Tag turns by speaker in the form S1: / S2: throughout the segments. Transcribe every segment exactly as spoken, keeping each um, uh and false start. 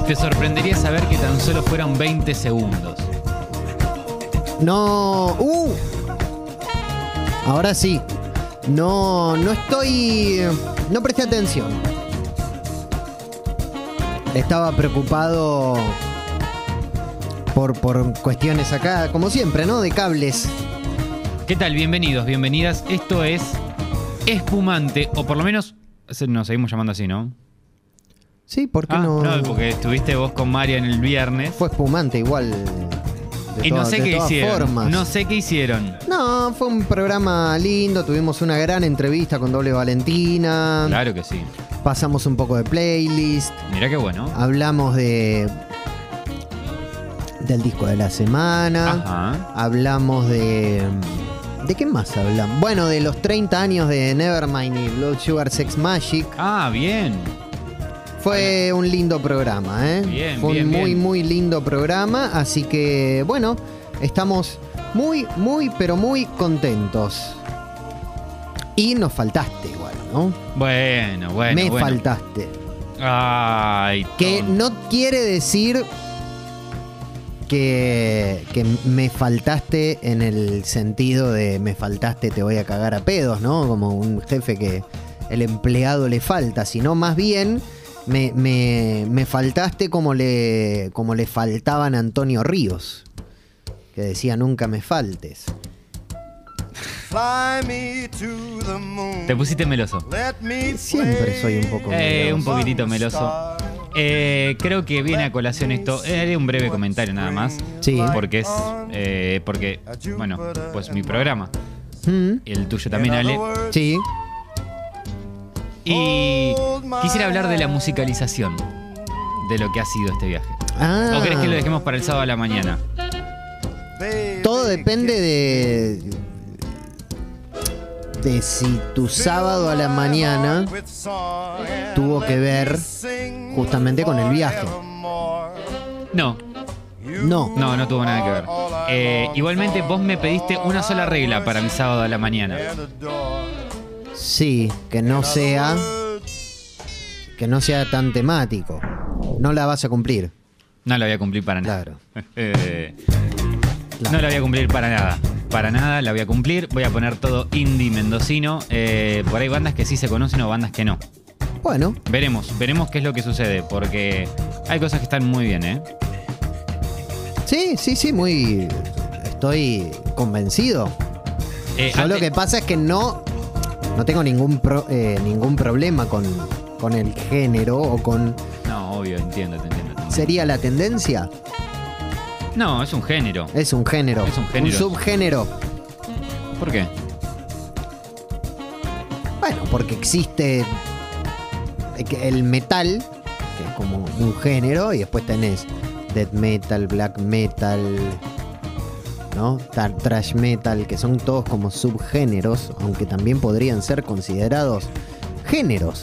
S1: te sorprendería saber que tan solo fueron veinte segundos.
S2: No. Uh. Ahora sí. No, no estoy. No presté atención. Estaba preocupado por, por cuestiones acá, como siempre, ¿no? De cables.
S1: ¿Qué tal? Bienvenidos, bienvenidas. Esto es Espumante, o por lo menos nos seguimos llamando así, ¿no?
S2: Sí, ¿por qué
S1: ah,
S2: no?
S1: No, porque estuviste vos con María en el viernes.
S2: Fue espumante igual.
S1: Y no sé qué hicieron.
S2: Formas.
S1: No sé qué hicieron.
S2: No, fue un programa lindo. Tuvimos una gran entrevista con Doble Valentina.
S1: Claro que sí.
S2: Pasamos un poco de playlist.
S1: Mirá qué bueno.
S2: Hablamos de del disco de la semana.
S1: Ajá.
S2: Hablamos de... ¿De qué más hablamos? Bueno, de los treinta años de Nevermind y Blood Sugar Sex Magic.
S1: Ah, bien.
S2: Fue un lindo programa, ¿eh?
S1: Bien,
S2: Fue
S1: bien,
S2: un muy,
S1: bien.
S2: muy lindo programa. Así que, bueno, estamos muy, muy, pero muy contentos. Y nos faltaste igual, ¿no?
S1: Bueno, bueno.
S2: Me
S1: bueno.
S2: faltaste.
S1: Ay,
S2: Que
S1: tonto.
S2: no quiere decir que, que me faltaste en el sentido de me faltaste, te voy a cagar a pedos, ¿no? Como un jefe que el empleado le falta, sino más bien me, me, me faltaste como le, como le faltaban a Antonio Ríos, que decía nunca me faltes.
S3: Fly me to the moon.
S1: Te pusiste meloso.
S3: Let me
S2: Siempre soy un poco
S1: Eh,
S2: meloso.
S1: un poquitito meloso. Eh, creo que viene a colación esto. Eh, haré un breve comentario nada más.
S2: Sí.
S1: Porque es. Eh, porque, bueno, pues mi programa.
S2: Mm,
S1: El tuyo también, Ale.
S2: sí.
S1: Y quisiera hablar de la musicalización de lo que ha sido este viaje.
S2: Ah,
S1: ¿O querés que lo dejemos para el sábado a la mañana?
S2: todo depende de... de si tu sábado a la mañana tuvo que ver justamente con el viaje.
S1: No,
S2: No.
S1: no, no tuvo nada que ver. Eh, igualmente, vos me pediste una sola regla para mi sábado a la mañana.
S2: Sí, que no sea... que no sea tan temático. No la vas a cumplir.
S1: No la voy a cumplir para nada.
S2: Claro.
S1: Eh,
S2: Claro.
S1: No la voy a cumplir para nada. Para nada la voy a cumplir. Voy a poner todo indie mendocino. Eh, por ahí bandas que sí se conocen o bandas que no.
S2: Bueno,
S1: Veremos, veremos qué es lo que sucede. Porque hay cosas que están muy bien, ¿eh?
S2: sí, sí, sí, muy... estoy convencido.
S1: Eh,
S2: Yo lo
S1: antes-
S2: que pasa es que no... no tengo ningún, pro- eh, ningún problema con, con el género o con...
S1: No, obvio, entiendo, te entiendo. te entiendo.
S2: ¿Sería la tendencia?
S1: No, es un género.
S2: Es un género.
S1: Es un género.
S2: subgénero.
S1: ¿Por qué?
S2: Bueno, porque existe el metal, que es como un género, y después tenés death metal, black metal, ¿no? Tar- Thrash metal, que son todos como subgéneros, aunque también podrían ser considerados géneros.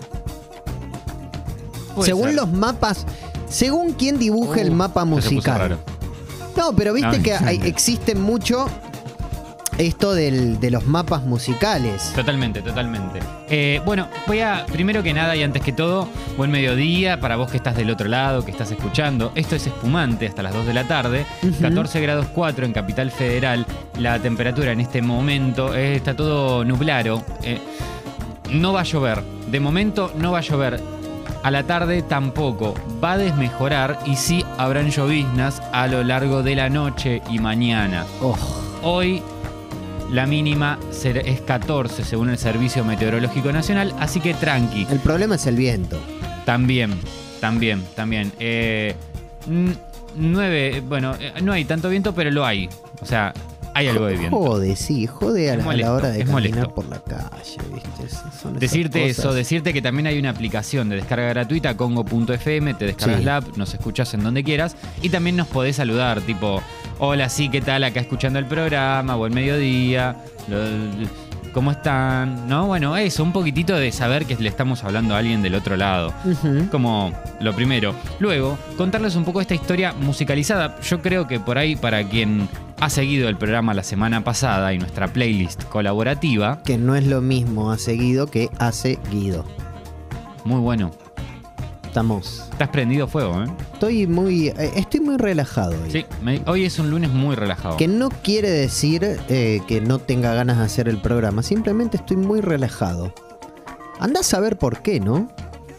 S1: Puede
S2: Según
S1: ser.
S2: los mapas, según quien dibuje el
S1: Uh,
S2: mapa
S1: eso se puso
S2: musical.
S1: raro.
S2: No, pero viste
S1: No,
S2: que hay,
S1: no.
S2: existe mucho esto del- de los mapas musicales.
S1: Totalmente, totalmente. Eh, bueno, voy a, primero que nada y antes que todo, buen mediodía para vos que estás del otro lado, que estás escuchando. Esto es Espumante hasta las dos de la tarde,
S2: Ujú.
S1: catorce grados cuatro en Capital Federal. La temperatura en este momento eh, está todo nublado. Eh, no va a llover, de momento no va a llover. A la tarde tampoco, va a desmejorar y sí habrán lloviznas a lo largo de la noche y mañana.
S2: Oh,
S1: Hoy la mínima ser- es catorce según el Servicio Meteorológico Nacional, así que tranqui.
S2: el problema es el viento.
S1: También, también, también. Eh, n- nueve, bueno, eh, no hay tanto viento, pero lo hay. O sea, hay algo de viento.
S2: Jode, sí, jode a
S1: Es
S2: la, a
S1: molesto,
S2: la hora de
S1: es
S2: caminar
S1: molesto.
S2: por la calle, ¿viste? Son esas
S1: Decirte
S2: cosas.
S1: eso, decirte que también hay una aplicación de descarga gratuita, congo punto f m, te descargas
S2: Sí.
S1: la app, nos escuchas en donde quieras y también nos podés saludar, tipo, hola, sí, ¿qué tal? Acá escuchando el programa, buen mediodía, lo- ¿cómo están? ¿No? Bueno, eso, un poquitito de saber que le estamos hablando a alguien del otro lado.
S2: Ujú.
S1: Como lo primero. Luego, contarles un poco esta historia musicalizada. Yo creo que por ahí, para quien ha seguido el programa la semana pasada y nuestra playlist colaborativa,
S2: Que no es lo mismo ha seguido que ha seguido.
S1: muy bueno.
S2: Estamos.
S1: Estás prendido fuego, ¿eh?
S2: Estoy muy, eh, estoy muy relajado hoy.
S1: Sí, me- hoy es un lunes muy relajado.
S2: Que no quiere decir eh, que no tenga ganas de hacer el programa. Simplemente estoy muy relajado. Andás a ver por qué, ¿no?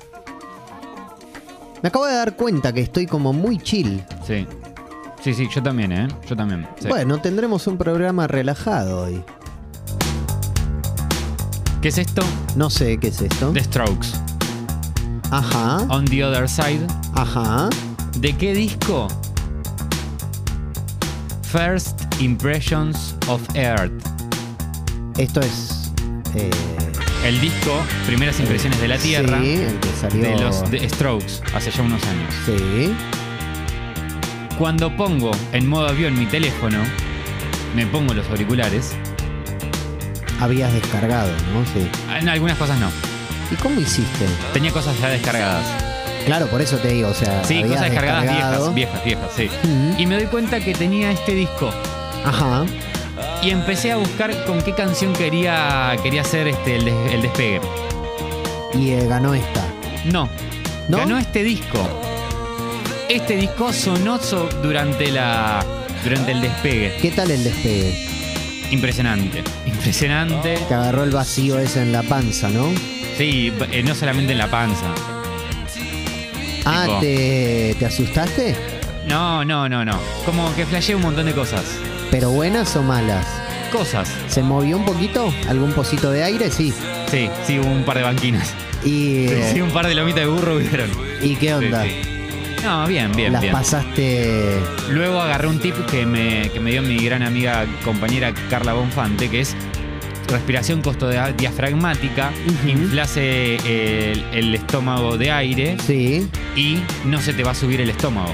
S2: Me acabo de dar cuenta que estoy como muy chill.
S1: Sí. Sí, sí, yo también, ¿eh? Yo también. Sí.
S2: Bueno, tendremos un programa relajado hoy.
S1: ¿Qué es esto?
S2: No sé qué es esto.
S1: The Strokes.
S2: Ajá,
S1: On the Other Side.
S2: ajá.
S1: ¿De qué disco? First Impressions of Earth.
S2: Esto es... eh,
S1: El disco, primeras impresiones de la Tierra,
S2: Sí, el que salió...
S1: de los The Strokes, hace ya unos años.
S2: Sí.
S1: Cuando pongo en modo avión mi teléfono, me pongo los auriculares.
S2: Habías descargado, ¿no? Sí.
S1: En algunas cosas no.
S2: ¿Y cómo hiciste?
S1: Tenía cosas ya descargadas.
S2: Claro, por eso te digo, o sea...
S1: Sí,
S2: habías
S1: cosas descargadas
S2: descargado.
S1: viejas, viejas, viejas, sí.
S2: Ujú.
S1: Y me doy cuenta que tenía este disco.
S2: Ajá.
S1: Y empecé a buscar con qué canción quería, quería hacer este, el, des- el despegue.
S2: Y eh, ganó esta.
S1: No,
S2: ¿No?
S1: ganó este disco. Este disco sonó so- durante, la, durante el despegue.
S2: ¿Qué tal el despegue?
S1: Impresionante, impresionante.
S2: Te agarró el vacío ese en la panza, ¿no?
S1: Sí, eh, no solamente en la panza.
S2: Ah,
S1: Tipo.
S2: ¿te, ¿te asustaste?
S1: No, no, no, no. Como que flasheé un montón de cosas.
S2: ¿Pero buenas o malas?
S1: Cosas.
S2: ¿Se movió un poquito? ¿Algún pocito de aire? Sí.
S1: Sí, sí, hubo un par de banquinas.
S2: ¿Y, eh,
S1: Sí, un par de lomitas de burro hubieron.
S2: ¿y qué onda?
S1: Sí, sí. No, bien, bien,
S2: ¿Las
S1: bien.
S2: pasaste?
S1: Luego agarré un tip que me, que me dio mi gran amiga, compañera Carla Bonfante, que es respiración costodiafragmática,
S2: Ujú.
S1: inflase el, el estómago de aire
S2: Sí.
S1: y no se te va a subir el estómago.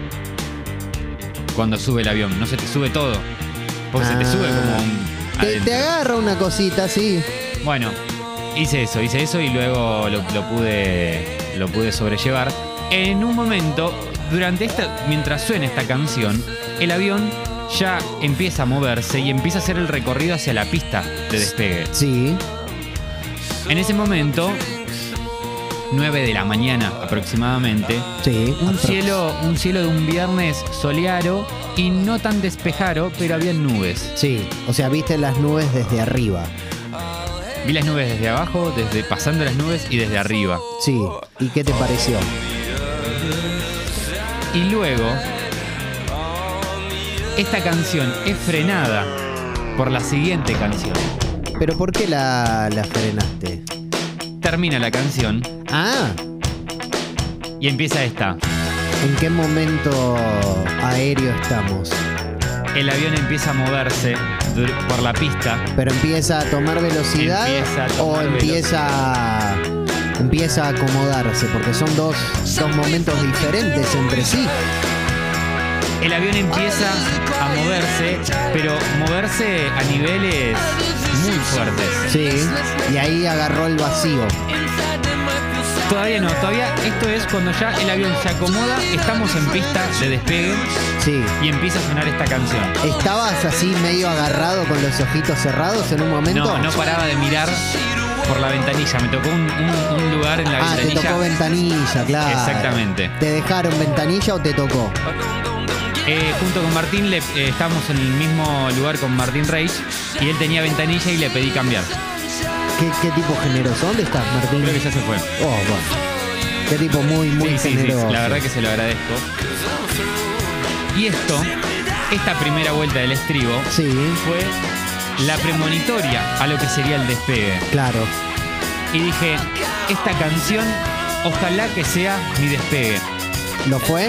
S1: Cuando sube el avión, no se te sube todo. Porque se te
S2: Ah.
S1: sube como un...
S2: Te,
S1: adentro.
S2: te agarra una cosita, sí.
S1: Bueno, hice eso, hice eso y luego lo, lo pude, lo pude sobrellevar. En un momento, durante esta, mientras suena esta canción, el avión ya empieza a moverse y empieza a hacer el recorrido hacia la pista de despegue.
S2: Sí.
S1: En ese momento, nueve de la mañana aproximadamente,
S2: Sí.
S1: un
S2: aprox.
S1: cielo, un cielo de un viernes soleado y no tan despejado, pero había nubes.
S2: Sí. O sea, viste las nubes desde arriba.
S1: Vi las nubes desde abajo, desde pasando las nubes y desde arriba.
S2: Sí. ¿Y qué te pareció?
S1: Y luego, esta canción es frenada por la siguiente canción.
S2: ¿Pero por qué la, la frenaste?
S1: Termina la canción
S2: Ah,
S1: y empieza esta.
S2: ¿en qué momento aéreo estamos?
S1: El avión empieza a moverse dur- por la pista.
S2: ¿Pero empieza a tomar velocidad
S1: Empieza a
S2: o
S1: tomar
S2: empieza a, empieza a acomodarse? Porque son dos, dos momentos diferentes entre sí.
S1: El avión empieza a moverse, pero moverse a niveles muy fuertes.
S2: Sí, y ahí agarró el vacío.
S1: Todavía no, todavía esto es cuando ya el avión se acomoda, estamos en pista de despegue
S2: Sí.
S1: y empieza a sonar esta canción.
S2: ¿Estabas así medio agarrado con los ojitos cerrados en un momento?
S1: No, no paraba de mirar por la ventanilla. Me tocó un, un- un lugar en la
S2: Ah, te
S1: ventanilla.
S2: tocó ventanilla, claro.
S1: Exactamente.
S2: ¿Te dejaron ventanilla o te tocó?
S1: Eh, junto con Martín, le, eh, estábamos en el mismo lugar con Martín Reich y él tenía ventanilla y le pedí cambiar.
S2: ¿Qué, qué tipo generoso? ¿Dónde estás, Martín?
S1: Creo que ya se fue.
S2: Oh, bueno. Qué tipo muy, muy
S1: Sí, sí, sí,
S2: generoso.
S1: la verdad que se lo agradezco. Y esto, esta primera vuelta del estribo,
S2: Sí,
S1: fue la premonitoria a lo que sería el despegue.
S2: claro.
S1: Y dije, esta canción, ojalá que sea mi despegue.
S2: ¿Lo fue?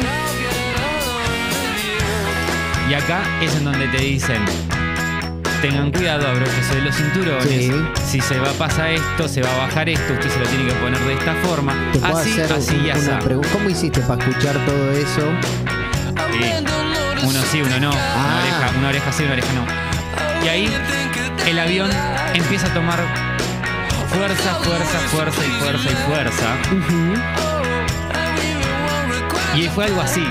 S1: Y acá es en donde te dicen, tengan cuidado, abróchese de los cinturones.
S2: Sí.
S1: Si se va a pasar esto, se va a bajar esto, usted se lo tiene que poner de esta forma.
S2: ¿Te puedo
S1: Así,
S2: hacer
S1: así y así.
S2: una pregunta? ¿Cómo hiciste para escuchar todo eso?
S1: Uno sí, uno no. Una,
S2: Ah.
S1: oreja, una oreja sí, una oreja no. Y ahí el avión empieza a tomar fuerza, fuerza, fuerza y fuerza y fuerza.
S2: Ujú.
S1: Y fue algo así.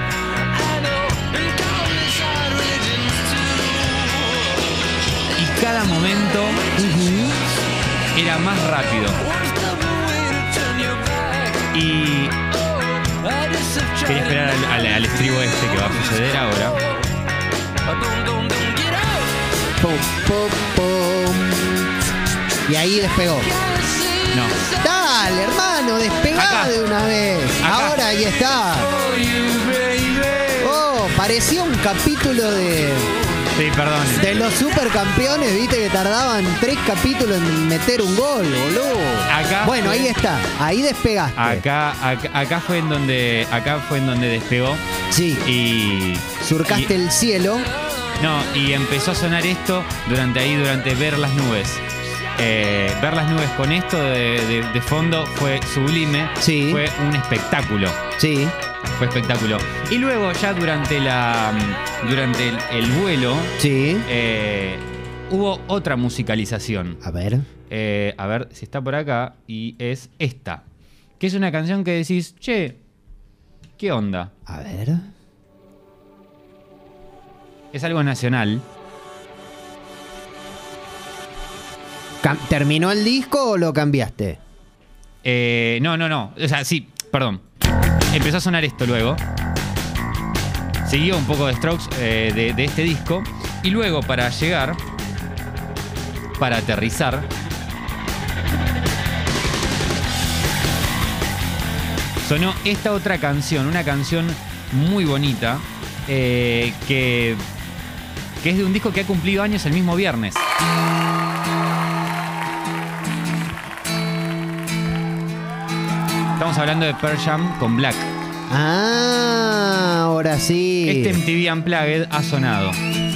S1: Y cada momento era más rápido. Y Quería esperar al, al, al estribo este que va a suceder ahora.
S2: Pum, pum, pum. Y ahí despegó.
S1: No.
S2: Dale, hermano, despegá
S1: Acá.
S2: de una vez.
S1: Acá.
S2: Ahora ahí está. Oh, parecía un capítulo de,
S1: Sí, perdón.
S2: de los supercampeones, viste que tardaban tres capítulos en meter un gol, boludo.
S1: Acá
S2: Bueno,
S1: fue-
S2: ahí está, ahí despegaste.
S1: Acá, acá, acá fue en donde, acá fue en donde despegó
S2: Sí,
S1: y
S2: surcaste
S1: y-
S2: el cielo.
S1: No, y empezó a sonar esto durante ahí, durante Ver las nubes. Eh, ver las nubes con esto de, de- de fondo fue sublime.
S2: Sí.
S1: Fue un espectáculo.
S2: Sí,
S1: Fue espectáculo. Y luego ya durante la durante el, el vuelo
S2: sí.
S1: eh, hubo otra musicalización.
S2: A ver.
S1: Eh, a ver si está por acá. Y es esta. Que es una canción que decís, che, ¿qué onda?
S2: A ver.
S1: Es algo nacional.
S2: Cam- ¿Terminó el disco o lo cambiaste?
S1: Eh, no, no, no. O sea, sí, perdón. Empezó a sonar esto luego. Siguió un poco de Strokes eh, de, de este disco. Y luego, para llegar, para aterrizar, sonó esta otra canción. Una canción muy bonita. eh, que, que es de un disco que ha cumplido años el mismo viernes. Estamos hablando de Pearl Jam con Black.
S2: Ah, ahora sí.
S1: Este M T V Unplugged ha sonado.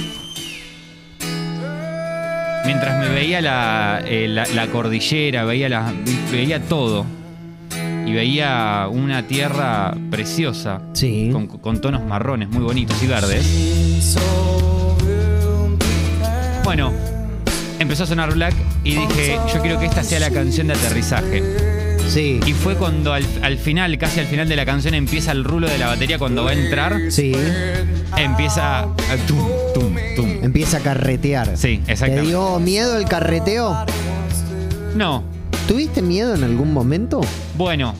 S1: Mientras me veía la, eh, la, la cordillera, veía, la, veía todo. Y veía una tierra preciosa.
S2: Sí.
S1: Con, con tonos marrones muy bonitos y verdes. Bueno, empezó a sonar Black y dije, yo quiero que esta sea la canción de aterrizaje.
S2: Sí.
S1: Y fue cuando al, al final, casi al final de la canción, empieza el rulo de la batería. Cuando va a entrar,
S2: Sí.
S1: empieza a tum, tum, tum.
S2: Empieza a carretear.
S1: Sí,
S2: ¿Te
S1: exactamente.
S2: dio miedo el carreteo?
S1: No,
S2: ¿Tuviste miedo en algún momento?
S1: bueno.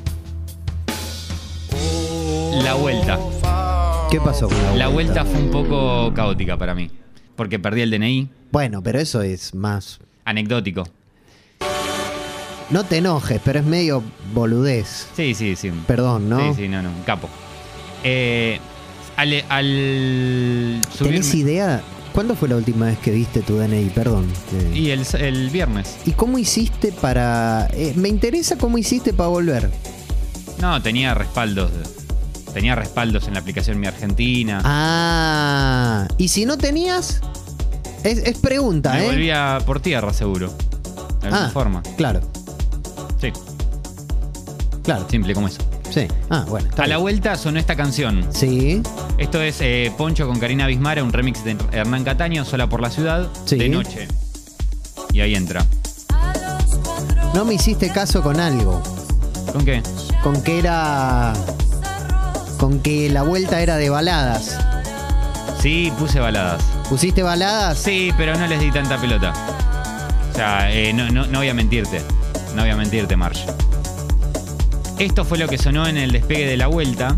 S1: La vuelta.
S2: ¿Qué pasó con la vuelta?
S1: La vuelta fue un poco caótica para mí. Porque perdí el D N I.
S2: Bueno, pero eso es más...
S1: Anecdótico.
S2: No te enojes, pero es medio boludez.
S1: Sí, sí, sí.
S2: Perdón, ¿no?
S1: Sí, sí, no, no. Un capo. Eh, al, al subirme...
S2: ¿Tenés idea? ¿Cuándo fue la última vez que viste tu D N I? Perdón. que-
S1: Y el, el viernes.
S2: ¿Y cómo hiciste para...? eh, me interesa cómo hiciste para volver.
S1: No, tenía respaldos. Tenía respaldos en la aplicación Mi Argentina.
S2: Ah, ¿y si no tenías? Es, es pregunta,
S1: Me
S2: ¿eh?
S1: volvía por tierra, seguro. De alguna
S2: Ah,
S1: forma.
S2: claro,
S1: Sí,
S2: claro.
S1: simple como eso.
S2: Sí. Ah, bueno. está
S1: A la
S2: bien.
S1: vuelta sonó esta canción.
S2: Sí,
S1: Esto es eh, Poncho con Karina Bismara, un remix de Hernán Cataño, Sola por la ciudad,
S2: Sí.
S1: de noche. Y ahí entra.
S2: no me hiciste caso con algo.
S1: ¿Con qué?
S2: Con que era... Con que la vuelta era de baladas.
S1: Sí, puse baladas.
S2: ¿Pusiste baladas?
S1: Sí, pero no les di tanta pelota. O sea, eh, no, no, no voy a mentirte. No voy a mentirte, Marge. Esto fue lo que sonó en el despegue de la vuelta.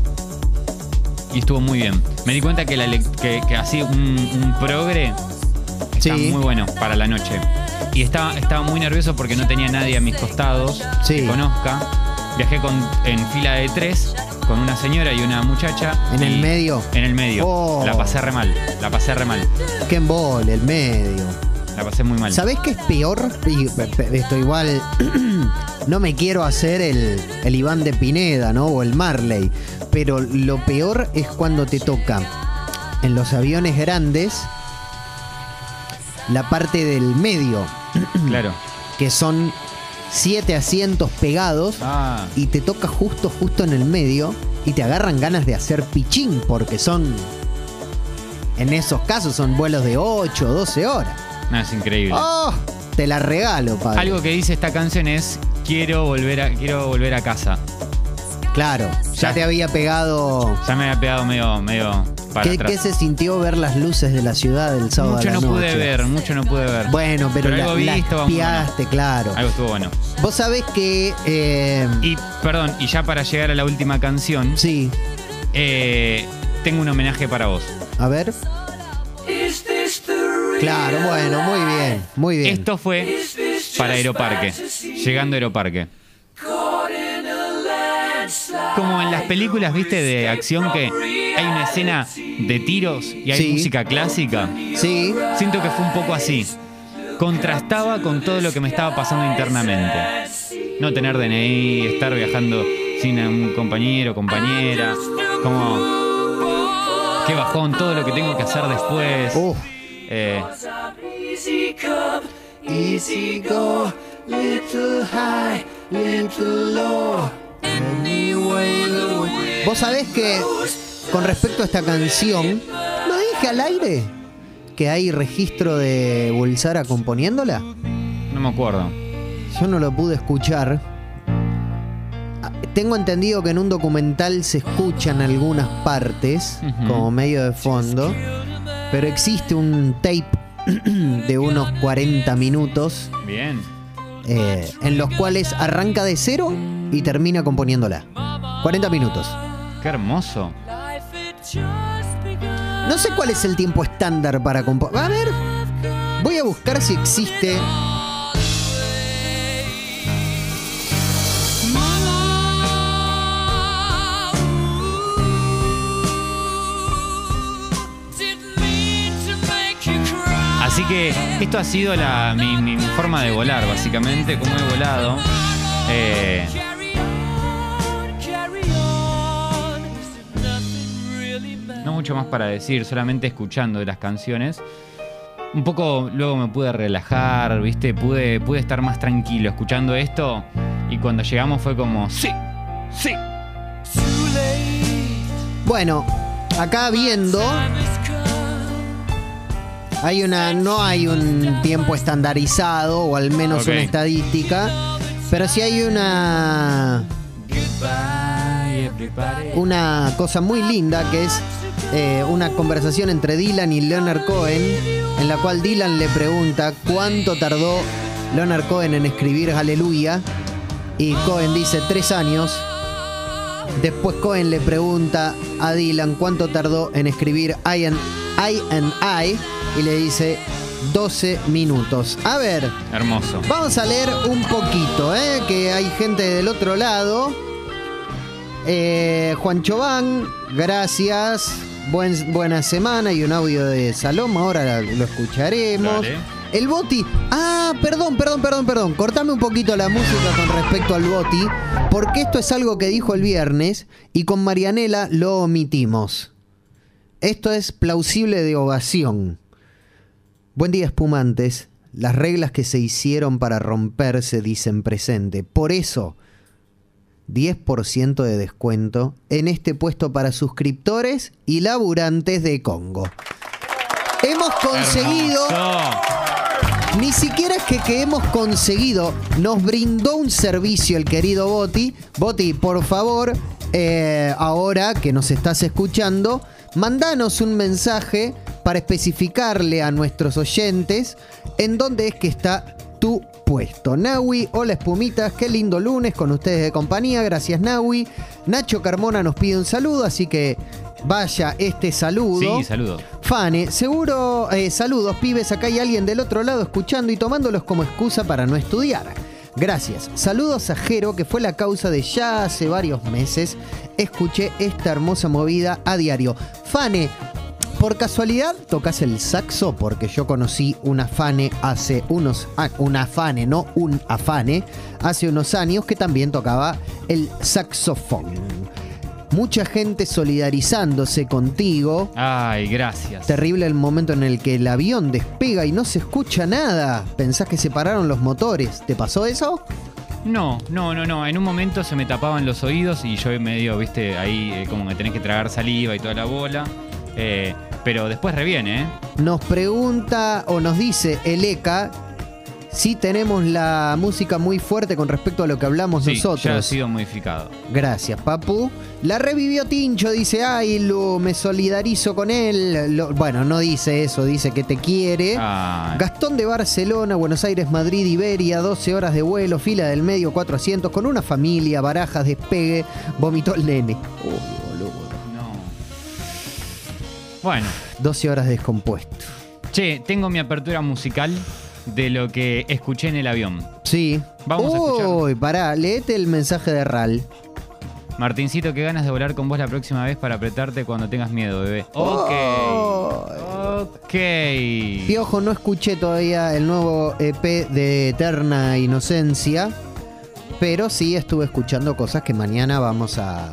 S1: Y estuvo muy bien. Me di cuenta que, la, lec- que, que así un, un progre está
S2: Sí.
S1: muy bueno para la noche. Y estaba, estaba muy nervioso porque no tenía nadie a mis costados
S2: Sí.
S1: que conozca. Viajé con, en fila de tres con una señora y una muchacha.
S2: ¿En el
S1: y-
S2: medio?
S1: En el medio.
S2: Oh.
S1: La pasé re mal. La pasé re mal.
S2: Qué embole, el medio.
S1: La pasé muy mal.
S2: ¿Sabés qué es peor? Y, pe- pe- esto igual... no me quiero hacer el, el Iván de Pineda, ¿no? O el Marley. Pero lo peor es cuando te toca en los aviones grandes la parte del medio,
S1: Claro.
S2: que son siete asientos pegados
S1: Ah.
S2: y te toca justo, justo en el medio y te agarran ganas de hacer pichín porque son... En esos casos son vuelos de ocho o doce horas.
S1: No, es increíble.
S2: ¡Oh! Te la regalo, padre.
S1: Algo que dice esta canción es quiero volver a, quiero volver a casa.
S2: Claro, ya
S1: Ya.
S2: te había pegado...
S1: Ya me había pegado medio, medio para
S2: ¿Qué,
S1: atrás.
S2: qué se sintió ver las luces de la ciudad el sábado
S1: Mucho
S2: a la
S1: no pude
S2: noche?
S1: ver, mucho no pude ver.
S2: Bueno, pero,
S1: Pero
S2: la,
S1: algo vi
S2: la
S1: y estaba muy
S2: espiaste, claro.
S1: Algo estuvo bueno.
S2: Vos sabés que... eh,
S1: Y, perdón, y ya para llegar a la última canción,
S2: sí,
S1: Eh, tengo un homenaje para vos.
S2: A ver. Claro, bueno, muy bien, muy bien.
S1: Esto fue para Aeroparque, llegando a Aeroparque. Como en las películas, viste, de acción que hay una escena de tiros y hay
S2: Sí.
S1: música clásica.
S2: Sí,
S1: Siento que fue un poco así. Contrastaba con todo lo que me estaba pasando internamente. No tener D N I, estar viajando sin un compañero, compañera. Como... Qué bajón, todo lo que tengo que hacer después.
S2: Uf.
S1: Eh,
S2: Easy go, little high, little low. Vos sabés que con respecto a esta canción, ¿no dije al aire que hay registro de Bulsara componiéndola?
S1: no me acuerdo.
S2: Yo no lo pude escuchar. Tengo entendido que en un documental se escuchan algunas partes
S1: Ujú.
S2: como medio de fondo, pero existe un tape de unos cuarenta minutos
S1: Bien.
S2: eh, en los cuales arranca de cero y termina componiéndola. cuarenta minutos.
S1: Qué hermoso.
S2: No sé cuál es el tiempo estándar para componer. A ver, voy a buscar si existe.
S1: Así que esto ha sido la, mi, mi- mi forma de volar, básicamente, como he volado. Eh, no mucho más para decir, solamente escuchando de las canciones. Un poco luego me pude relajar, ¿viste? Pude, pude estar más tranquilo escuchando esto. Y cuando llegamos fue como, ¡sí! ¡Sí!
S2: Bueno, acá viendo, hay una, no hay un tiempo estandarizado, o al menos
S1: Ok.
S2: una estadística, pero sí hay una, una cosa muy linda que es eh, una conversación entre Dylan y Leonard Cohen, en la cual Dylan le pregunta cuánto tardó Leonard Cohen en escribir Hallelujah, y Cohen dice tres años. Después Cohen le pregunta a Dylan cuánto tardó en escribir I and I, and I y le dice doce minutos. A ver,
S1: Hermoso.
S2: vamos a leer un poquito, ¿eh? Que hay gente del otro lado. Eh, Juan Chován, gracias. Buen, buena semana y un audio de Saloma, ahora lo escucharemos.
S1: Dale.
S2: El Boti. Ah, perdón, perdón, perdón, perdón. Cortame un poquito la música con respecto al Boti, porque esto es algo que dijo el viernes y con Marianela lo omitimos. Esto es plausible de ovación. Buen día, espumantes. Las reglas que se hicieron para romperse dicen presente. Por eso, diez por ciento de descuento en este puesto para suscriptores y laburantes de Congo. Hemos conseguido...
S1: Hermoso.
S2: Ni siquiera es que, que hemos conseguido, nos brindó un servicio el querido Boti. Boti, por favor, eh, ahora que nos estás escuchando, mandanos un mensaje para especificarle a nuestros oyentes en dónde es que está tu puesto. Nahui, hola espumitas, qué lindo lunes con ustedes de compañía, gracias Nahui. Nacho Carmona nos pide un saludo, así que vaya este saludo.
S1: Sí, saludos.
S2: Fane, seguro, eh, saludos pibes, acá hay alguien del otro lado escuchando y tomándolos como excusa para no estudiar. Gracias. Saludos a Jero, que fue la causa de ya hace varios meses escuché esta hermosa movida a diario. Fane, por casualidad tocas el saxo, porque yo conocí una Fane hace unos... Ah, una Fane, no un afane, hace unos años que también tocaba el saxofón. Mucha gente solidarizándose contigo.
S1: Ay, gracias.
S2: Terrible el momento en el que el avión despega y no se escucha nada. Pensás que se pararon los motores. ¿Te pasó eso?
S1: No, no, no, no. En un momento se me tapaban los oídos y yo medio, viste, ahí eh, como me tenés que tragar saliva y toda la bola. Eh, pero después reviene, ¿eh?
S2: Nos pregunta o nos dice el Eka si tenemos la música muy fuerte con respecto a lo que hablamos
S1: Sí,
S2: nosotros.
S1: ya ha sido modificado.
S2: Gracias, Papu. La revivió Tincho, dice, ay, Lu, me solidarizo con él. Lo- bueno, no dice eso, dice que te quiere.
S1: Ay.
S2: Gastón de Barcelona, Buenos Aires, Madrid, Iberia, doce horas de vuelo, fila del medio, cuatro asientos, con una familia, Barajas, despegue, vomitó el nene. Uy, boludo.
S1: No. Bueno,
S2: doce horas descompuesto.
S1: che, tengo mi apertura musical de lo que escuché en el avión.
S2: Sí.
S1: Vamos a escuchar.
S2: Uy, pará, leete el mensaje de Ral.
S1: Martincito, qué ganas de volar con vos la próxima vez para apretarte cuando tengas miedo, bebé. Ok. Ok.
S2: Piojo, no escuché todavía el nuevo E P de Eterna Inocencia, pero sí estuve escuchando cosas que mañana vamos a...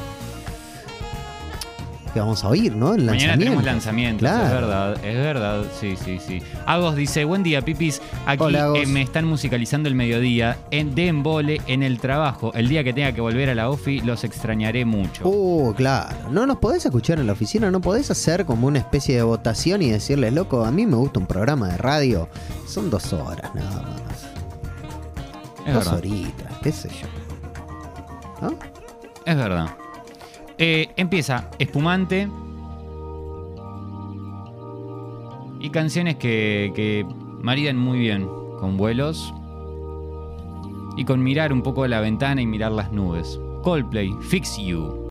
S2: que vamos a oír, ¿no? El
S1: Mañana
S2: lanzamiento.
S1: tenemos lanzamientos,
S2: Claro.
S1: es verdad, es verdad, sí, sí, sí. Agos dice, buen día, Pipis, aquí
S2: Hola, Agos.
S1: eh, me están musicalizando el mediodía en, de embole en el trabajo. El día que tenga que volver a la ofi, los extrañaré mucho.
S2: Uh, claro. ¿No nos podés escuchar en la oficina? ¿No podés hacer como una especie de votación y decirles, loco, a mí me gusta un programa de radio? Son dos horas nada más.
S1: es
S2: dos
S1: verdad,
S2: horitas, qué sé yo. ¿No?
S1: es verdad. Eh, empieza Espumante y canciones que, que maridan muy bien con vuelos y con mirar un poco a la ventana y mirar las nubes. Coldplay, Fix You.